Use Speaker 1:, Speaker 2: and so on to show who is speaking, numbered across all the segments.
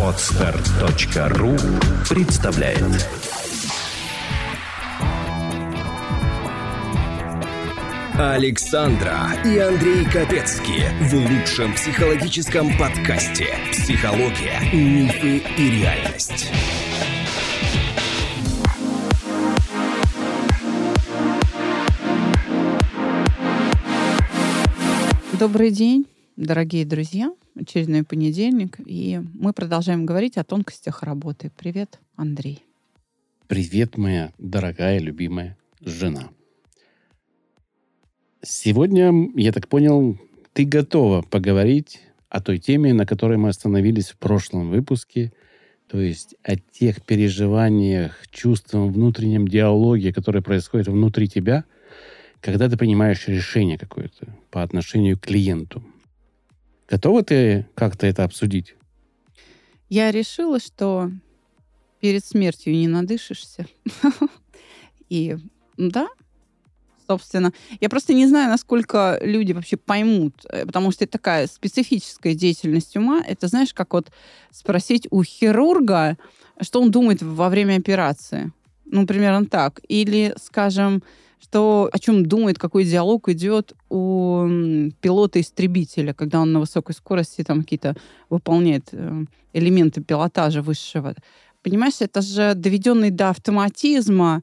Speaker 1: Podster.ru представляет. Александра и Андрей Капецки в лучшем психологическом подкасте «Психология, мифы и реальность».
Speaker 2: Добрый день, дорогие друзья. Очередной понедельник, и мы продолжаем говорить о тонкостях работы. Привет, Андрей.
Speaker 3: Привет, моя дорогая, любимая жена. Сегодня, я так понял, ты готова поговорить о той теме, на которой мы остановились в прошлом выпуске, то есть о тех переживаниях, чувствах, внутреннем диалоге, который происходит внутри тебя, когда ты принимаешь решение какое-то по отношению к клиенту. Готова ты как-то это обсудить?
Speaker 2: Я решила, что перед смертью не надышишься. И да, собственно, я просто не знаю, насколько люди вообще поймут, потому что это такая специфическая деятельность ума. Это, знаешь, как вот спросить у хирурга, что он думает во время операции. Ну, примерно так. Или, скажем, о чем думает, какой диалог идет у пилота-истребителя, когда он на высокой скорости там какие-то выполняет элементы пилотажа высшего. Понимаешь, это же доведенный до автоматизма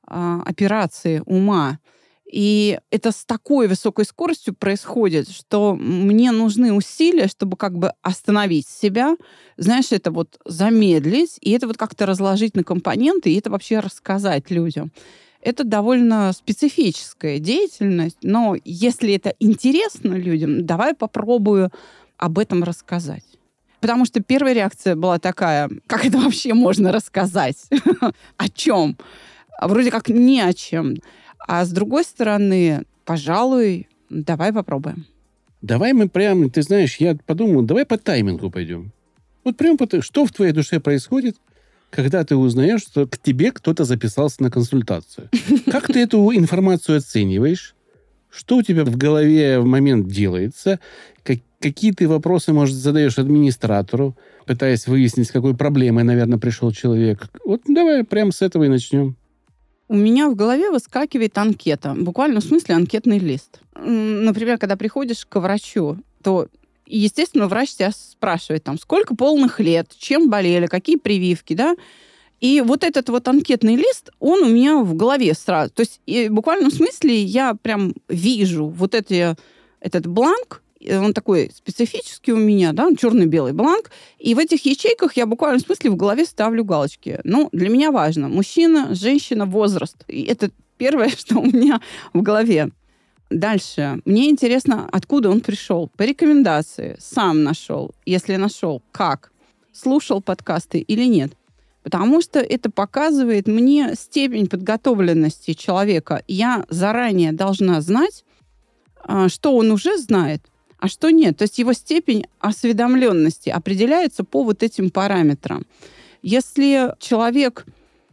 Speaker 2: операции ума. И это с такой высокой скоростью происходит, что мне нужны усилия, чтобы как бы остановить себя, знаешь, это вот замедлить, и это вот как-то разложить на компоненты, и это вообще рассказать людям. Это довольно специфическая деятельность, но если это интересно людям, давай попробую об этом рассказать. Потому что первая реакция была такая, как это вообще можно рассказать? О чем? Вроде как ни о чем. А с другой стороны, пожалуй, давай попробуем.
Speaker 3: Давай мы прямо, ты знаешь, я подумал, давай по таймингу пойдем. Вот прямо что в твоей душе происходит, когда ты узнаешь, что к тебе кто-то записался на консультацию. Как ты эту информацию оцениваешь? Что у тебя в голове в момент делается? Какие ты вопросы, может, задаешь администратору, пытаясь выяснить, с какой проблемой, наверное, пришел человек? Вот давай прямо с этого и начнем.
Speaker 2: У меня в голове выскакивает анкета. Буквально в смысле анкетный лист. Например, когда приходишь к врачу, то, естественно, врач тебя спрашивает, там, сколько полных лет, чем болели, какие прививки, да? И вот этот вот анкетный лист, он у меня в голове сразу. То есть в буквальном смысле я прям вижу вот этот бланк, он такой специфический у меня, да, черно-белый бланк, и в этих ячейках я в буквальном смысле в голове ставлю галочки. Ну, для меня важно мужчина, женщина, возраст. И это первое, что у меня в голове. Дальше. Мне интересно, откуда он пришел. По рекомендации. Сам нашел. Если нашел, как? Слушал подкасты или нет? Потому что это показывает мне степень подготовленности человека. Я заранее должна знать, что он уже знает, а что нет. То есть его степень осведомленности определяется по вот этим параметрам. Если человек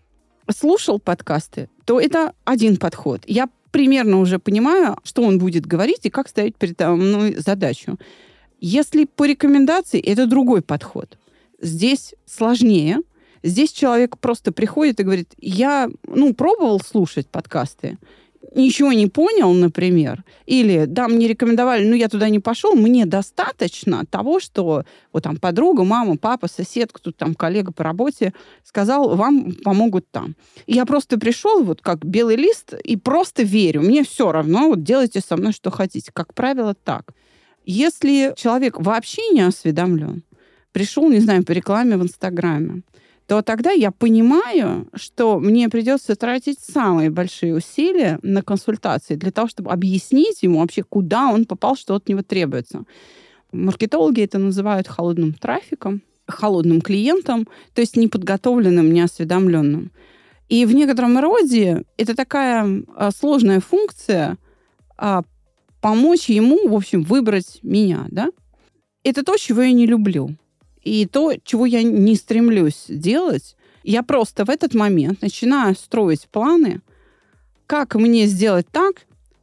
Speaker 2: слушал подкасты, то это один подход. Я примерно уже понимаю, что он будет говорить и как ставить передо мной задачу. Если по рекомендации, это другой подход. Здесь сложнее. Здесь человек просто приходит и говорит, я пробовал слушать подкасты, ничего не понял, например, или, да, мне рекомендовали, но я туда не пошел, мне достаточно того, что вот там подруга, мама, папа, сосед, кто-то там, коллега по работе сказал, вам помогут там. И я просто пришел вот как белый лист и просто верю, мне все равно, вот делайте со мной что хотите. Как правило, так. Если человек вообще не осведомлен, пришел, не знаю, по рекламе в Инстаграме, то тогда я понимаю, что мне придется тратить самые большие усилия на консультации для того, чтобы объяснить ему вообще, куда он попал, что от него требуется. Маркетологи это называют холодным трафиком, холодным клиентом, то есть неподготовленным, неосведомленным. И в некотором роде это такая сложная функция помочь ему, в общем, выбрать меня, да? Это то, чего я не люблю. И то, чего я не стремлюсь делать, я просто в этот момент начинаю строить планы, как мне сделать так,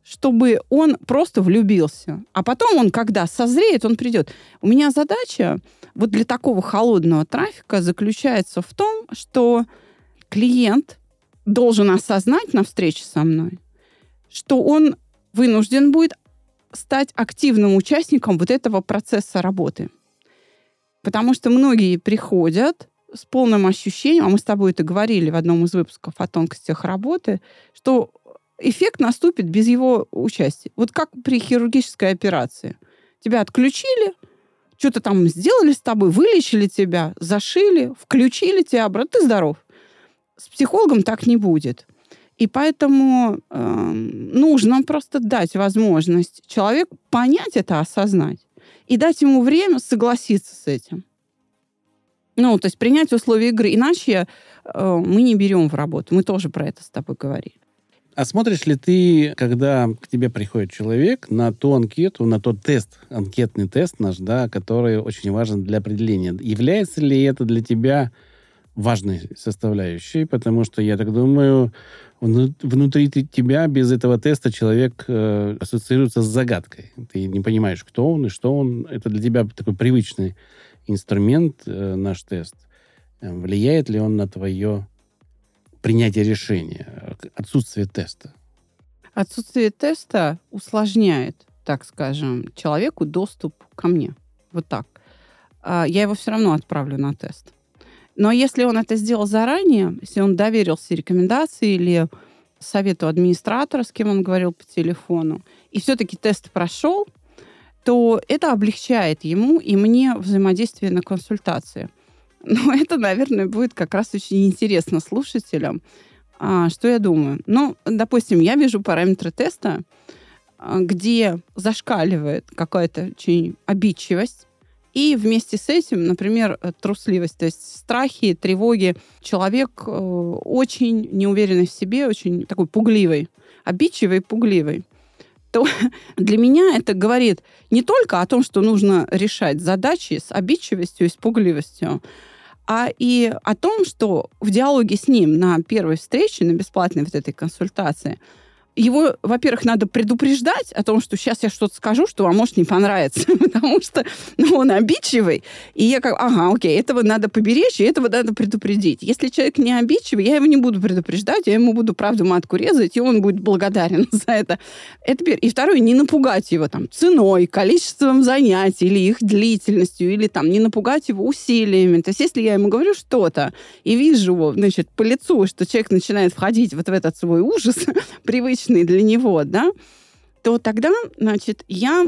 Speaker 2: чтобы он просто влюбился. А потом он, когда созреет, он придет. У меня задача вот для такого холодного трафика заключается в том, что клиент должен осознать на встрече со мной, что он вынужден будет стать активным участником вот этого процесса работы. Потому что многие приходят с полным ощущением, а мы с тобой это говорили в одном из выпусков о тонкостях работы, что эффект наступит без его участия. Вот как при хирургической операции. Тебя отключили, что-то там сделали с тобой, вылечили тебя, зашили, включили тебя обратно, ты здоров. С психологом так не будет. И поэтому нужно просто дать возможность человеку понять это, осознать. И дать ему время согласиться с этим. Ну, то есть принять условия игры. Иначе мы не берем в работу. Мы тоже про это с тобой говорили.
Speaker 3: А смотришь ли ты, когда к тебе приходит человек, на ту анкету, на тот тест, анкетный тест наш, да, который очень важен для определения? Является ли это для тебя важной составляющей? Потому что, я так думаю, внутри тебя без этого теста человек ассоциируется с загадкой. Ты не понимаешь, кто он и что он. Это для тебя такой привычный инструмент, наш тест. Влияет ли он на твое принятие решения, отсутствие теста?
Speaker 2: Отсутствие теста усложняет, так скажем, человеку доступ ко мне. Вот так. Я его все равно отправлю на тест. Но если он это сделал заранее, если он доверился рекомендации или совету администратора, с кем он говорил по телефону, и все-таки тест прошел, то это облегчает ему и мне взаимодействие на консультации. Но это, наверное, будет как раз очень интересно слушателям. Что я думаю? Ну, допустим, я вижу параметры теста, где зашкаливает какая-то очень обидчивость, и вместе с этим, например, трусливость, то есть страхи, тревоги. Человек очень неуверенный в себе, очень такой пугливый, обидчивый и пугливый. То для меня это говорит не только о том, что нужно решать задачи с обидчивостью и с пугливостью, а и о том, что в диалоге с ним на первой встрече, на бесплатной вот этой консультации, его, во-первых, надо предупреждать о том, что сейчас я что-то скажу, что вам может не понравиться, потому что он обидчивый, и я как, окей, этого надо поберечь, и этого надо предупредить. Если человек не обидчивый, я его не буду предупреждать, я ему буду правду матку резать, и он будет благодарен за это. Это первое. И второе, не напугать его там ценой, количеством занятий, или их длительностью, или там не напугать его усилиями. То есть если я ему говорю что-то, и вижу его, значит, по лицу, что человек начинает входить вот в этот свой ужас, привычный для него, да, то тогда, значит, я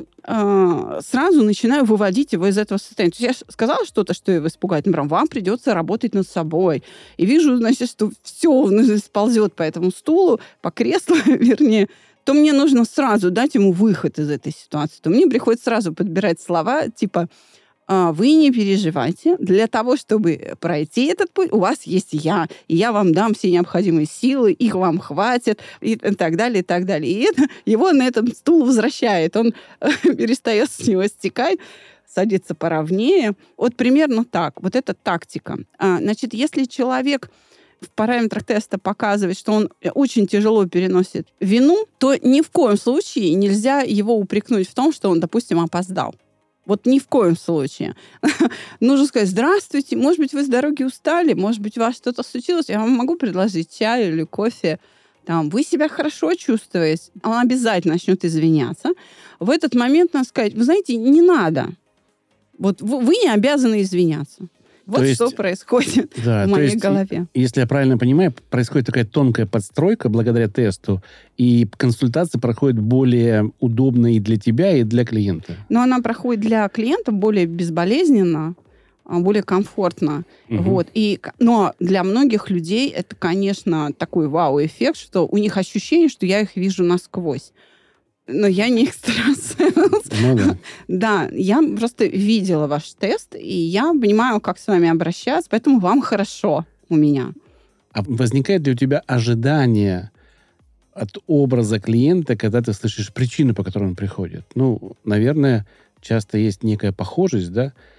Speaker 2: сразу начинаю выводить его из этого состояния. То есть я сказала что-то, что его испугает. Например, вам придется работать над собой. И вижу, значит, что все сползет по этому стулу, по креслу, вернее, то мне нужно сразу дать ему выход из этой ситуации. То мне приходится сразу подбирать слова, типа, вы не переживайте. Для того, чтобы пройти этот путь, у вас есть я. И я вам дам все необходимые силы, их вам хватит, и так далее, и так далее. И это его на этом стул возвращает. Он перестает с него стекать, садится поровнее. Вот примерно так. Вот это тактика. Значит, если человек в параметрах теста показывает, что он очень тяжело переносит вину, то ни в коем случае нельзя его упрекнуть в том, что он, допустим, опоздал. Вот ни в коем случае. Нужно сказать, здравствуйте, может быть, вы с дороги устали, может быть, у вас что-то случилось, я вам могу предложить чай или кофе. Там, вы себя хорошо чувствуете. Он обязательно начнет извиняться. В этот момент надо сказать, вы знаете, не надо. Вот вы не обязаны извиняться. Вот
Speaker 3: то
Speaker 2: что
Speaker 3: есть,
Speaker 2: происходит
Speaker 3: да,
Speaker 2: в моей голове.
Speaker 3: Если я правильно понимаю, происходит такая тонкая подстройка благодаря тесту, и консультация проходит более удобно и для тебя, и для клиента.
Speaker 2: Но она проходит для клиента более безболезненно, более комфортно.
Speaker 3: Угу.
Speaker 2: Вот. Но для многих людей это, конечно, такой вау-эффект, что у них ощущение, что я их вижу насквозь. Но я не экстрасенс.
Speaker 3: Ну да.
Speaker 2: Да, я просто видела ваш тест, и я понимаю, как с вами обращаться, поэтому вам хорошо у меня.
Speaker 3: А возникает ли у тебя ожидание от образа клиента, когда ты слышишь причину, по которой он приходит? Ну, наверное, часто есть некая похожесть, да?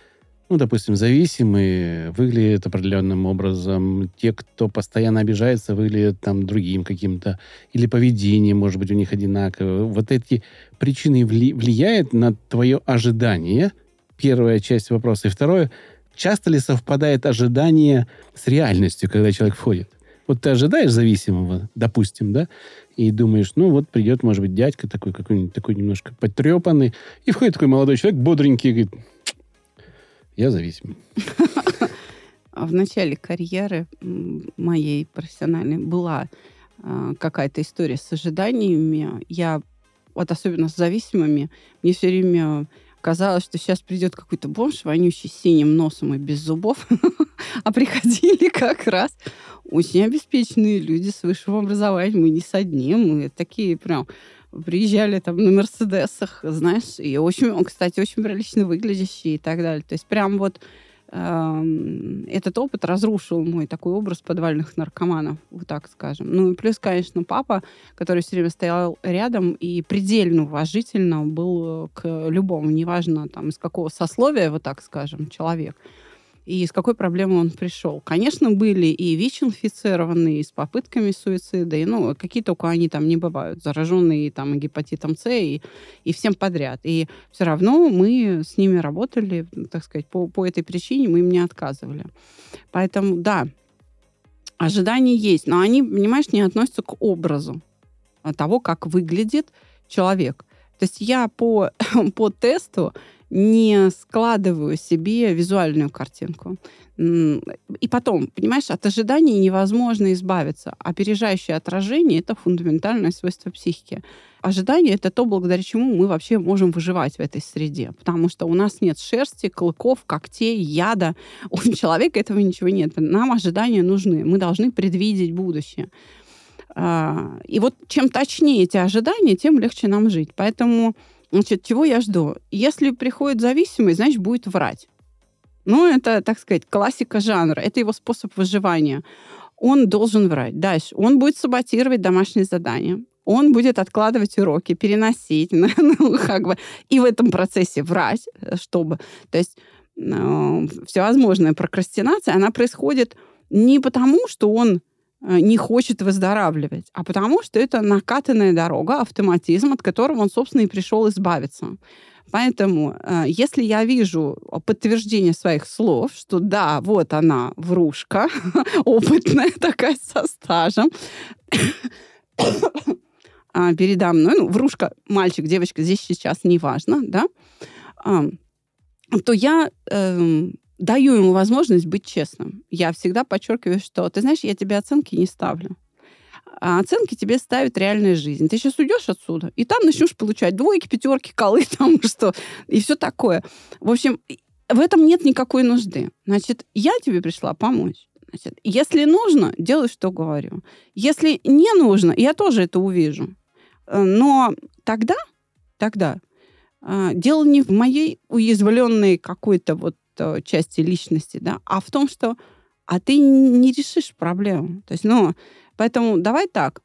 Speaker 3: допустим, зависимые выглядят определенным образом, те, кто постоянно обижается, выглядят там другим каким-то, или поведение, может быть, у них одинаковое. Вот эти причины влияют на твое ожидание, первая часть вопроса. И второе, часто ли совпадает ожидание с реальностью, когда человек входит? Вот ты ожидаешь зависимого, допустим, да, и думаешь, придет, может быть, дядька такой, какой-нибудь такой немножко потрепанный, и входит такой молодой человек, бодренький, и говорит: я зависимый.
Speaker 2: В начале карьеры моей профессиональной была какая-то история с ожиданиями. Я, особенно с зависимыми, мне все время казалось, что сейчас придет какой-то бомж, вонючий, с синим носом и без зубов, а приходили как раз очень обеспеченные люди с высшим образованием, и не с одним, и такие прям приезжали там на Мерседесах, знаешь, и очень, кстати, очень прилично выглядящие и так далее. То есть прям этот опыт разрушил мой такой образ подвальных наркоманов, вот так скажем. И плюс, конечно, папа, который все время стоял рядом и предельно уважительно был к любому, неважно там из какого сословия, вот так скажем, человек, и с какой проблемой он пришел. Конечно, были и ВИЧ-инфицированные, и с попытками суицида, и какие только они там не бывают, зараженные там и гепатитом С, и всем подряд. И все равно мы с ними работали, так сказать, по этой причине мы им не отказывали. Поэтому, да, ожидания есть, но они, понимаешь, не относятся к образу того, как выглядит человек. То есть я по тесту не складываю себе визуальную картинку. И потом, понимаешь, от ожиданий невозможно избавиться. Опережающее отражение — это фундаментальное свойство психики. Ожидание — это то, благодаря чему мы вообще можем выживать в этой среде. Потому что у нас нет шерсти, клыков, когтей, яда. У человека этого ничего нет. Нам ожидания нужны. Мы должны предвидеть будущее. И чем точнее эти ожидания, тем легче нам жить. Поэтому, чего я жду? Если приходит зависимый, значит, будет врать. Это, так сказать, классика жанра. Это его способ выживания. Он должен врать. Дальше. Он будет саботировать домашние задания. Он будет откладывать уроки, переносить. И в этом процессе врать, чтобы... То есть всевозможная прокрастинация, она происходит не потому, что он не хочет выздоравливать, а потому что это накатанная дорога, автоматизм, от которого он, собственно, и пришел избавиться. Поэтому, если я вижу подтверждение своих слов, что да, вот она, врушка, опытная такая, со стажем, передо мной, врушка, мальчик, девочка, здесь сейчас неважно, да, то я даю ему возможность быть честным. Я всегда подчеркиваю, что, ты знаешь, я тебе оценки не ставлю. А оценки тебе ставит реальная жизнь. Ты сейчас уйдешь отсюда, и там начнешь получать 2, 5, колы, там что, и все такое. В общем, в этом нет никакой нужды. Значит, я тебе пришла помочь. Значит, если нужно, делай, что говорю. Если не нужно, я тоже это увижу. Но тогда дело не в моей уязвленной какой-то части личности, да, а в том, что ты не решишь проблему. То есть, поэтому давай так.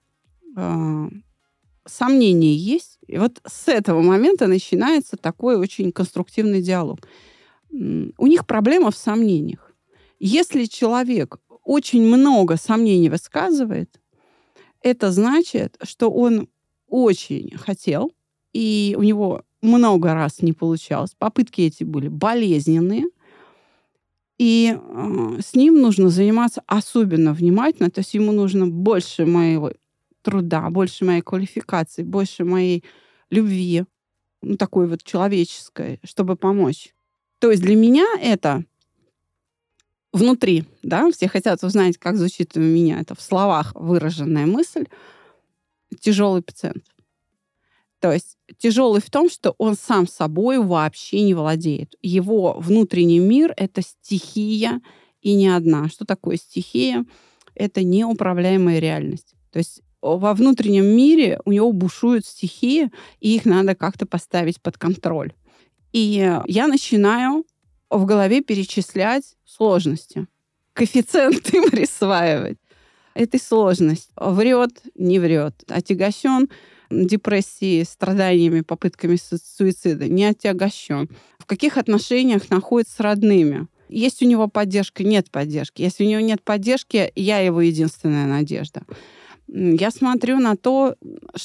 Speaker 2: Сомнения есть. И с этого момента начинается такой очень конструктивный диалог. У них проблема в сомнениях. Если человек очень много сомнений высказывает, это значит, что он очень хотел, и у него много раз не получалось. Попытки эти были болезненные. И с ним нужно заниматься особенно внимательно. То есть ему нужно больше моего труда, больше моей квалификации, больше моей любви, такой человеческой, чтобы помочь. То есть для меня это внутри, да, все хотят узнать, как звучит у меня это в словах выраженная мысль, тяжелый пациент. То есть тяжелый в том, что он сам собой вообще не владеет. Его внутренний мир — это стихия и не одна. Что такое стихия? Это неуправляемая реальность. То есть во внутреннем мире у него бушуют стихии, и их надо как-то поставить под контроль. И я начинаю в голове перечислять сложности, коэффициенты присваивать этой сложности. Врет, не врет, отягощен депрессией, страданиями, попытками суицида, не отягощен. В каких отношениях находится с родными? Есть у него поддержка, нет поддержки. Если у него нет поддержки, я его единственная надежда. Я смотрю на то,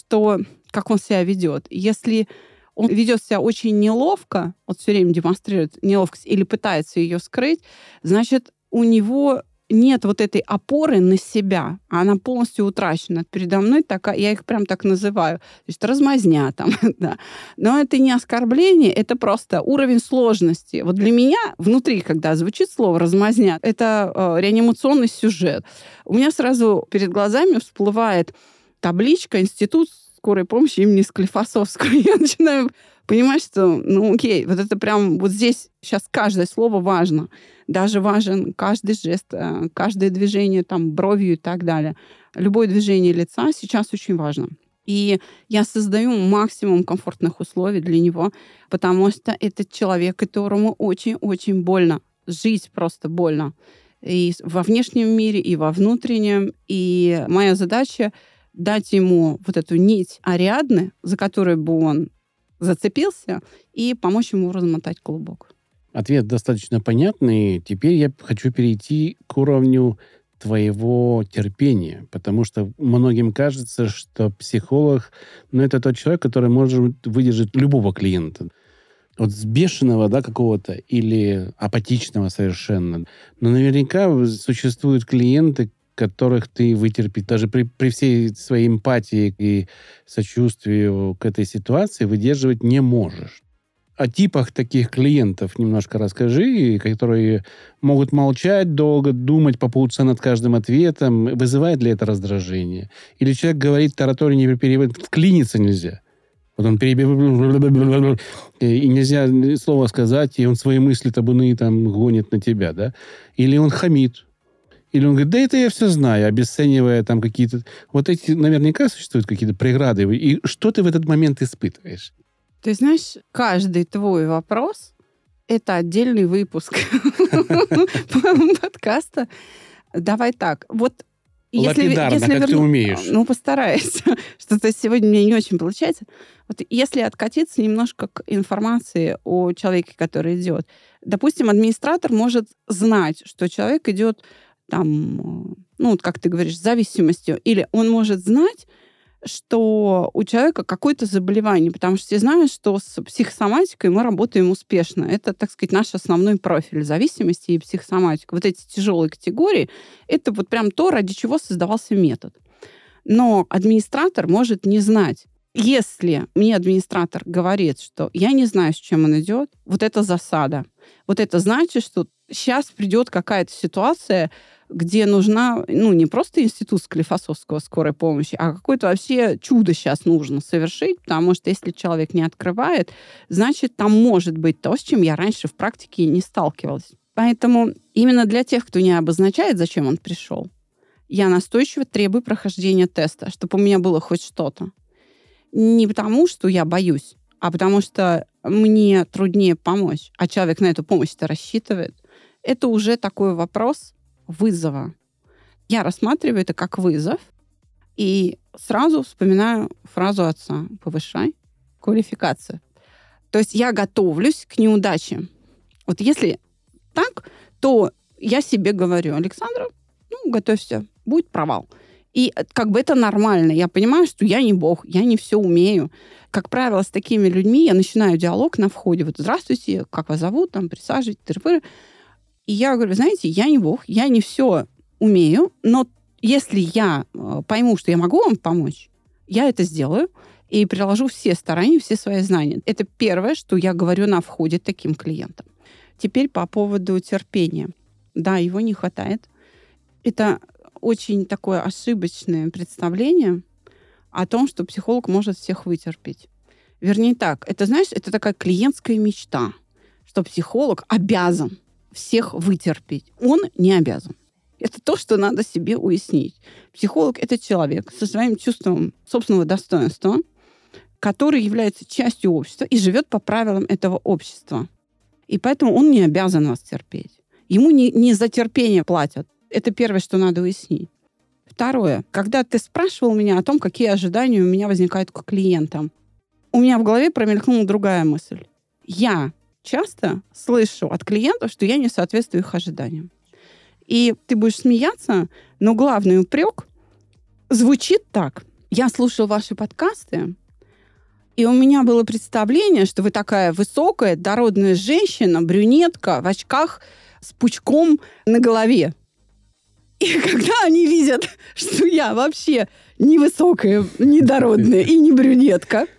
Speaker 2: как он себя ведет. Если он ведет себя очень неловко, вот все время демонстрирует неловкость или пытается ее скрыть, значит, у него нет вот этой опоры на себя, а она полностью утрачена. Передо мной такая, я их прям так называю, то есть размазня там, да. Но это не оскорбление, это просто уровень сложности. Вот для меня внутри, когда звучит слово «размазня», это реанимационный сюжет. У меня сразу перед глазами всплывает табличка «Институт скорой помощи имени Склифосовского». Я начинаю понимать, что, окей, вот это прям вот здесь сейчас каждое слово важно. Даже важен каждый жест, каждое движение там, бровью и так далее. Любое движение лица сейчас очень важно. И я создаю максимум комфортных условий для него, потому что это человек, которому очень-очень больно. Жить просто больно. И во внешнем мире, и во внутреннем. И моя задача дать ему вот эту нить Ариадны, за которую бы он зацепился, и помочь ему размотать клубок.
Speaker 3: Ответ достаточно понятный. Теперь я хочу перейти к уровню твоего терпения, потому что многим кажется, что психолог, это тот человек, который может выдержать любого клиента. Вот с бешеного, какого-то, или апатичного совершенно. Но наверняка существуют клиенты, которых ты вытерпеть даже при всей своей эмпатии и сочувствию к этой ситуации выдерживать не можешь. О типах таких клиентов немножко расскажи, которые могут молчать долго, думать по полчаса над каждым ответом. Вызывает ли это раздражение? Или человек говорит, тараторию не переводит, вклиниться нельзя. Вот он перебивает, и нельзя слова сказать, и он свои мысли табуны там гонит на тебя, да? Или он хамит. Или он говорит, да это я все знаю, обесценивая там какие-то... Вот эти наверняка существуют какие-то преграды. И что ты в этот момент испытываешь?
Speaker 2: Ты знаешь, каждый твой вопрос — это отдельный выпуск подкаста. Давай так. Вот
Speaker 3: лапидарно, как ты умеешь.
Speaker 2: Постараюсь. Что-то сегодня мне не очень получается. Вот если откатиться немножко к информации о человеке, который идет. Допустим, администратор может знать, что человек идет там, как ты говоришь, с зависимостью. Или он может знать, что у человека какое-то заболевание, потому что все знают, что с психосоматикой мы работаем успешно. Это, так сказать, наш основной профиль зависимости и психосоматика. Вот эти тяжелые категории, это вот прям то, ради чего создавался метод. Но администратор может не знать. Если мне администратор говорит, что я не знаю, с чем он идет, вот это засада. Вот это значит, что сейчас придет какая-то ситуация, где нужна, не просто институт Склифосовского скорой помощи, а какое-то вообще чудо сейчас нужно совершить, потому что если человек не открывает, значит, там может быть то, с чем я раньше в практике не сталкивалась. Поэтому именно для тех, кто не обозначает, зачем он пришел, я настойчиво требую прохождения теста, чтобы у меня было хоть что-то. Не потому, что я боюсь, а потому что мне труднее помочь, а человек на эту помощь-то рассчитывает. Это уже такой вопрос вызова. Я рассматриваю это как вызов и сразу вспоминаю фразу отца: повышай квалификацию. То есть я готовлюсь к неудаче. Вот если так, то я себе говорю: Александра, готовься, будет провал. И это нормально. Я понимаю, что я не бог, я не все умею. Как правило, с такими людьми я начинаю диалог на входе. Вот: здравствуйте, как вас зовут, присаживайтесь, тыры-пыры. И я говорю: знаете, я не бог, я не все умею, но если я пойму, что я могу вам помочь, я это сделаю и приложу все старания, все свои знания. Это первое, что я говорю на входе таким клиентам. Теперь по поводу терпения. Да, его не хватает. Это очень такое ошибочное представление о том, что психолог может всех вытерпеть. Вернее так, это, знаешь, это такая клиентская мечта, что психолог обязан всех вытерпеть. Он не обязан. Это то, что надо себе уяснить. Психолог — это человек со своим чувством собственного достоинства, который является частью общества и живет по правилам этого общества. И поэтому он не обязан вас терпеть. Ему не за терпение платят. Это первое, что надо уяснить. Второе. Когда ты спрашивал меня о том, какие ожидания у меня возникают к клиентам, у меня в голове промелькнула другая мысль. Я часто слышу от клиентов, что я не соответствую их ожиданиям. И ты будешь смеяться, но главный упрек звучит так. Я слушала ваши подкасты, и у меня было представление, что вы такая высокая, дородная женщина, брюнетка, в очках с пучком на голове. И когда они видят, что я вообще не высокая, не дородная и не брюнетка,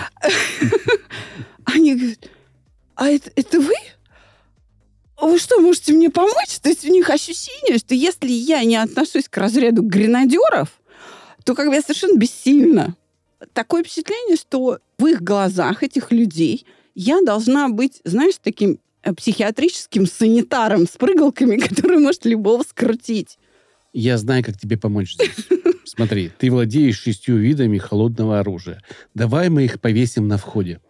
Speaker 2: они говорят, а это вы? Вы что, можете мне помочь? То есть у них ощущение, что если я не отношусь к разряду гренадеров, то как бы я совершенно бессильна. Такое впечатление, что в их глазах этих людей я должна быть, знаешь, таким психиатрическим санитаром с прыгалками, который может любого скрутить.
Speaker 3: Я знаю, как тебе помочь здесь. Смотри, ты владеешь 6 видами холодного оружия. Давай мы их повесим на входе.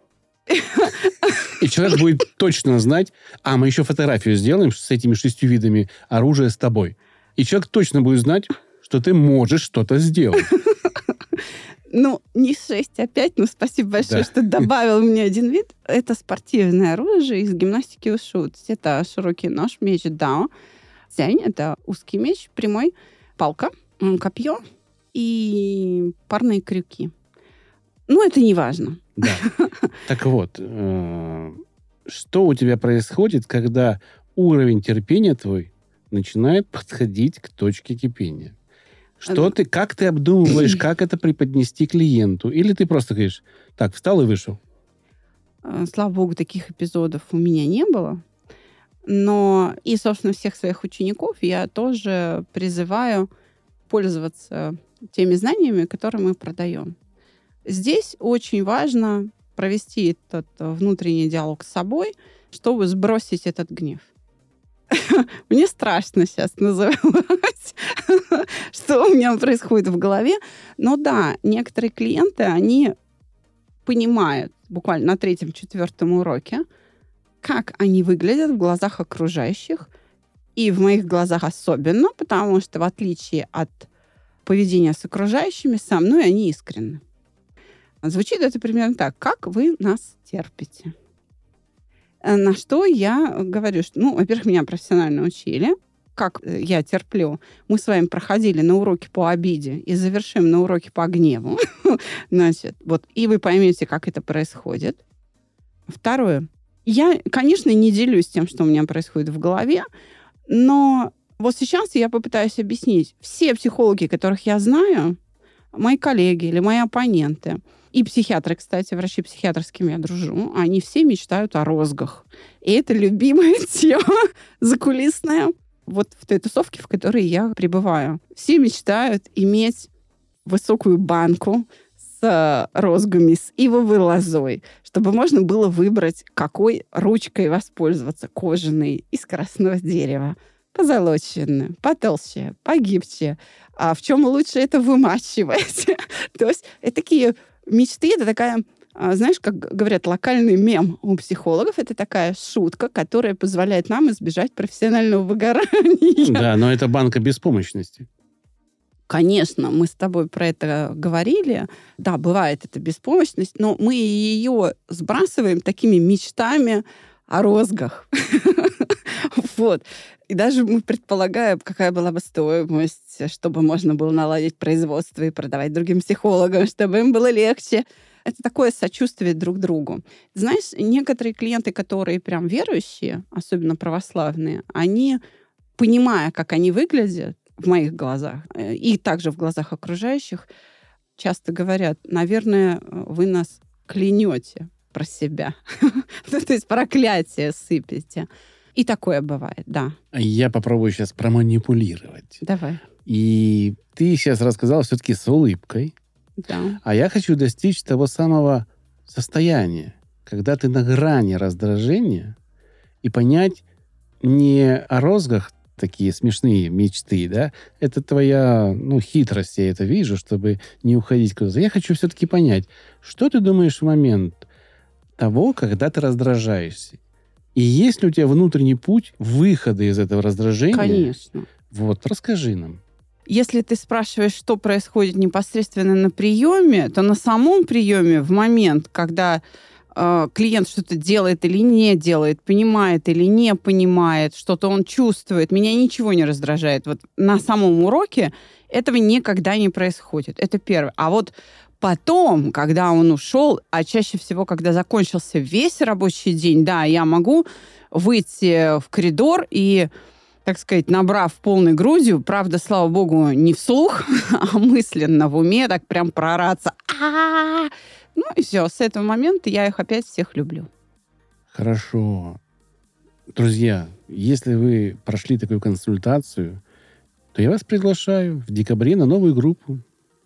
Speaker 3: И человек будет точно знать, мы еще фотографию сделаем с этими 6 видами оружия с тобой. И человек точно будет знать, что ты можешь что-то сделать.
Speaker 2: Ну, не 6, а 5. Ну, спасибо большое, что добавил мне один вид. Это спортивное оружие из гимнастики ушу. Это широкий нож, меч дао. Цянь — это узкий меч, прямой, палка, копье и парные крюки. Ну, это не важно.
Speaker 3: Да. Так вот, что у тебя происходит, когда уровень терпения твой начинает подходить к точке кипения? Как ты обдумываешь, как это преподнести клиенту? Или ты просто говоришь, так, встал и вышел?
Speaker 2: Слава богу, таких эпизодов у меня не было. Но и, собственно, всех своих учеников я тоже призываю пользоваться теми знаниями, которые мы продаем. Здесь очень важно провести этот внутренний диалог с собой, чтобы сбросить этот гнев. Мне страшно сейчас называть, что у меня происходит в голове. Но да, некоторые клиенты, они понимают буквально на 3-4 уроке, как они выглядят в глазах окружающих. И в моих глазах особенно, потому что в отличие от поведения с окружающими, со мной они искренны. Звучит это примерно так. Как вы нас терпите? На что я говорю, что, во-первых, меня профессионально учили. Как я терплю? Мы с вами проходили на уроке по обиде и завершим на уроке по гневу. Значит, и вы поймете, как это происходит. Второе. Я, конечно, не делюсь тем, что у меня происходит в голове, но вот сейчас я попытаюсь объяснить. Все психологи, которых я знаю, мои коллеги или мои оппоненты, и психиатры, кстати, врачи-психиатры, с кем я дружу, они все мечтают о розгах. И это любимая тема закулисная в той тусовке, в которой я пребываю. Все мечтают иметь высокую банку с розгами, с ивовой лозой, чтобы можно было выбрать, какой ручкой воспользоваться. Кожаной, из красного дерева, позолоченной, потолще, погибче. А в чем лучше это вымачивать? То есть это такие мечты, это такая, знаешь, как говорят, локальный мем у психологов, это такая шутка, которая позволяет нам избежать профессионального выгорания.
Speaker 3: Да, но это банка беспомощности.
Speaker 2: Конечно, мы с тобой про это говорили. Да, бывает эта беспомощность, но мы ее сбрасываем такими мечтами о розгах. Вот. И даже мы предполагаем, какая была бы стоимость, чтобы можно было наладить производство и продавать другим психологам, чтобы им было легче. Это такое сочувствие друг другу. Знаешь, некоторые клиенты, которые прям верующие, особенно православные, они, понимая, как они выглядят в моих глазах и также в глазах окружающих, часто говорят, наверное, вы нас клянете про себя. То есть проклятие сыпете. И такое бывает, да.
Speaker 3: Я попробую сейчас проманипулировать.
Speaker 2: Давай.
Speaker 3: И ты сейчас рассказала все-таки с улыбкой.
Speaker 2: Да.
Speaker 3: А я хочу достичь того самого состояния, когда ты на грани раздражения, и понять не о розгах такие смешные мечты, да, это твоя, хитрость, я это вижу, чтобы не уходить куда-то. Я хочу все-таки понять, что ты думаешь в момент того, когда ты раздражаешься? И есть ли у тебя внутренний путь выхода из этого раздражения?
Speaker 2: Конечно.
Speaker 3: Вот, расскажи нам.
Speaker 2: Если ты спрашиваешь, что происходит непосредственно на приеме, то на самом приеме в момент, когда клиент что-то делает или не делает, понимает или не понимает, что-то он чувствует, меня ничего не раздражает. Вот на самом уроке этого никогда не происходит. Это первое. А вот потом, когда он ушел, а чаще всего, когда закончился весь рабочий день, да, я могу выйти в коридор и, так сказать, набрав полной грудью, правда, слава богу, не вслух, а мысленно в уме, так прям проораться. Ну и все, с этого момента я их опять всех люблю.
Speaker 3: Хорошо. Друзья, если вы прошли такую консультацию, то я вас приглашаю в декабре на новую группу.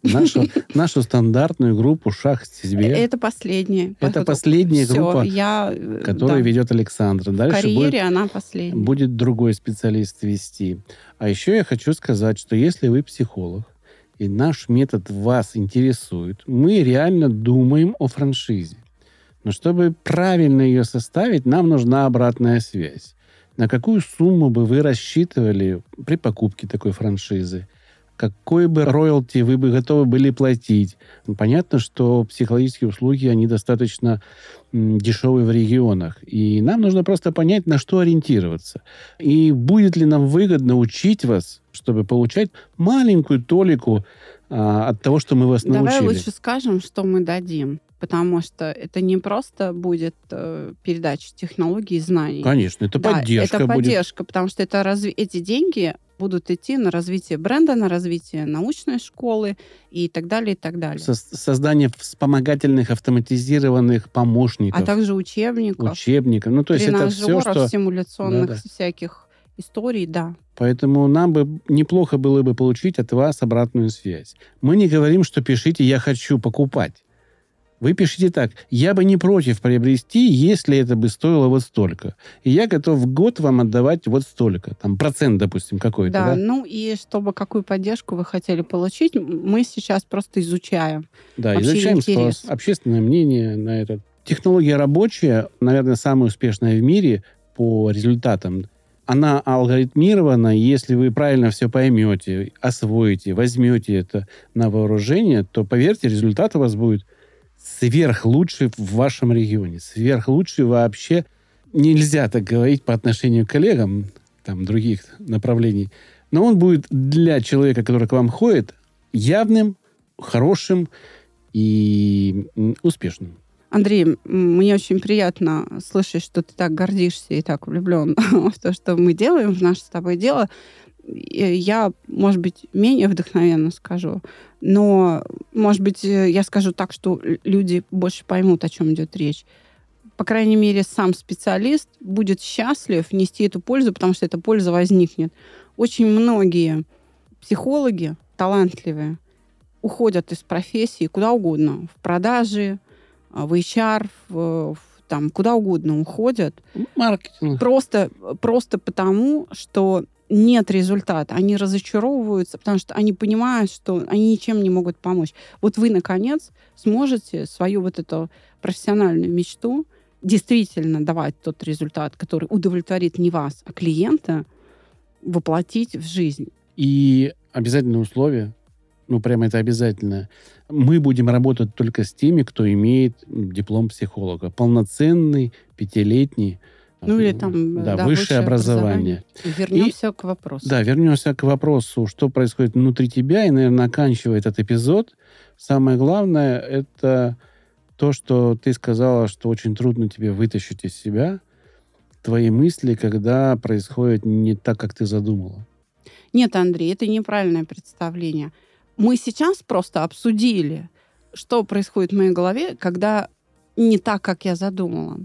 Speaker 3: Нашу стандартную группу «Шах себе».
Speaker 2: Это последняя.
Speaker 3: Это последняя группа, которую ведет Александра.
Speaker 2: Дальше в карьере она последняя.
Speaker 3: Будет другой специалист вести. А еще я хочу сказать, что если вы психолог, и наш метод вас интересует, мы реально думаем о франшизе. Но чтобы правильно ее составить, нам нужна обратная связь. На какую сумму бы вы рассчитывали при покупке такой франшизы? Какой бы роялти вы бы готовы были платить? Понятно, что психологические услуги, они достаточно дешевые в регионах. И нам нужно просто понять, на что ориентироваться. И будет ли нам выгодно учить вас, чтобы получать маленькую толику от того, что мы вас научили?
Speaker 2: Давай лучше скажем, что мы дадим. Потому что это не просто будет передача технологий и знаний.
Speaker 3: Конечно, это поддержка будет.
Speaker 2: Это поддержка, потому что эти деньги будут идти на развитие бренда, на развитие научной школы и так далее, и так далее.
Speaker 3: Создание вспомогательных автоматизированных помощников.
Speaker 2: А также учебников.
Speaker 3: Ну, то есть это все, что...
Speaker 2: симуляционных всяких историй, да.
Speaker 3: Поэтому нам бы неплохо было бы получить от вас обратную связь. Мы не говорим, что пишите «я хочу покупать». Вы пишите так: я бы не против приобрести, если это бы стоило вот столько. И я готов в год вам отдавать вот столько. Там процент, допустим, какой-то.
Speaker 2: Да, ну и чтобы какую поддержку вы хотели получить, мы сейчас просто изучаем.
Speaker 3: Да, изучаем спрос, общественное мнение на это. Технология рабочая, наверное, самая успешная в мире по результатам. Она алгоритмирована, и если вы правильно все поймете, освоите, возьмете это на вооружение, то, поверьте, результат у вас будет сверхлучший в вашем регионе. Сверхлучший вообще. Нельзя так говорить по отношению к коллегам там, других направлений. Но он будет для человека, который к вам ходит, явным, хорошим и успешным.
Speaker 2: Андрей, мне очень приятно слышать, что ты так гордишься и так влюблен в то, что мы делаем, в наше с тобой дело. Я, может быть, менее вдохновенно скажу, но, может быть, я скажу так, что люди больше поймут, о чем идет речь. По крайней мере, сам специалист будет счастлив нести эту пользу, потому что эта польза возникнет. Очень многие психологи талантливые уходят из профессии куда угодно. В продажи, в HR, там, куда угодно уходят.
Speaker 3: Маркетинг.
Speaker 2: Просто потому, что нет результата. Они разочаровываются, потому что они понимают, что они ничем не могут помочь. Вот вы, наконец, сможете свою вот эту профессиональную мечту действительно давать тот результат, который удовлетворит не вас, а клиента, воплотить в жизнь.
Speaker 3: И обязательное условие, ну, прямо это обязательно, мы будем работать только с теми, кто имеет диплом психолога. Полноценный, 5-летний.
Speaker 2: Ну, или там
Speaker 3: высшее образование.
Speaker 2: Вернемся к вопросу.
Speaker 3: Да, вернемся к вопросу, что происходит внутри тебя. И, наверное, оканчивая этот эпизод, самое главное, это то, что ты сказала, что очень трудно тебе вытащить из себя твои мысли, когда происходит не так, как ты задумала.
Speaker 2: Нет, Андрей, это неправильное представление. Мы сейчас просто обсудили, что происходит в моей голове, когда не так, как я задумала.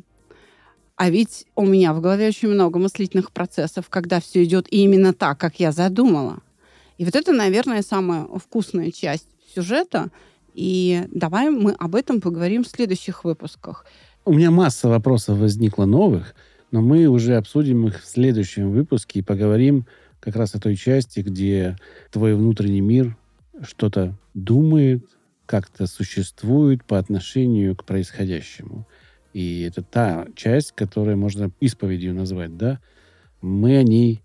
Speaker 2: А ведь у меня в голове очень много мыслительных процессов, когда все идет именно так, как я задумала. И вот это, наверное, самая вкусная часть сюжета. И давай мы об этом поговорим в следующих выпусках.
Speaker 3: У меня масса вопросов возникло новых, но мы уже обсудим их в следующем выпуске и поговорим как раз о той части, где твой внутренний мир что-то думает, как-то существует по отношению к происходящему. И это та часть, которую можно исповедью назвать, да? Мы о ней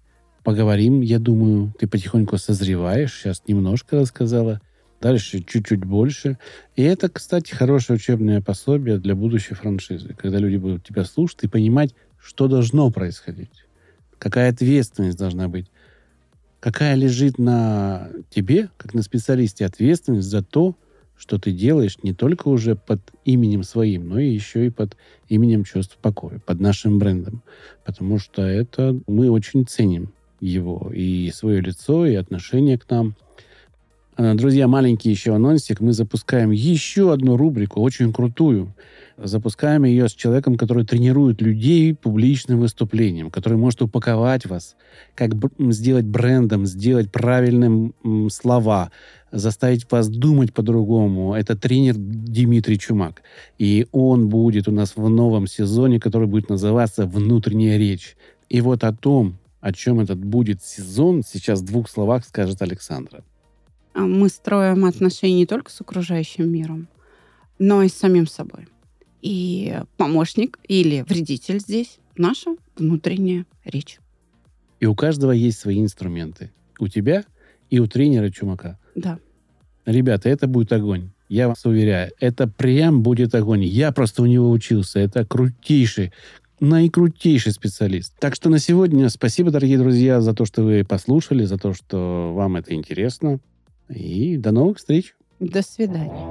Speaker 3: Поговорим, я думаю, ты потихоньку созреваешь. Сейчас немножко рассказала, дальше чуть-чуть больше. И это, кстати, хорошее учебное пособие для будущей франшизы, когда люди будут тебя слушать и понимать, что должно происходить, какая ответственность должна быть, какая лежит на тебе, как на специалисте, ответственность за то, что ты делаешь не только уже под именем своим, но и еще и под именем «Чувств покоя», под нашим брендом. Потому что это мы очень ценим его, и свое лицо, и отношение к нам. Друзья, маленький еще анонсик. Мы запускаем еще одну рубрику, очень крутую. Запускаем ее с человеком, который тренирует людей публичным выступлением, который может упаковать вас, как сделать брендом, сделать правильным слова, заставить вас думать по-другому. Это тренер Дмитрий Чумак. И он будет у нас в новом сезоне, который будет называться «Внутренняя речь». И вот о том, о чем этот будет сезон, сейчас в 2 словах скажет Александра.
Speaker 2: Мы строим отношения не только с окружающим миром, но и с самим собой. И помощник или вредитель здесь — наша внутренняя речь.
Speaker 3: И у каждого есть свои инструменты. У тебя и у тренера Чумака.
Speaker 2: Да.
Speaker 3: Ребята, это будет огонь. Я вас уверяю, это прям будет огонь. Я просто у него учился. Это крутейший, наикрутейший специалист. Так что на сегодня спасибо, дорогие друзья, за то, что вы послушали, за то, что вам это интересно. И до новых встреч.
Speaker 2: До свидания.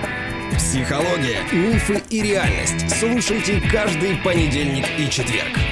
Speaker 1: Психология, мифы и реальность. Слушайте каждый понедельник и четверг.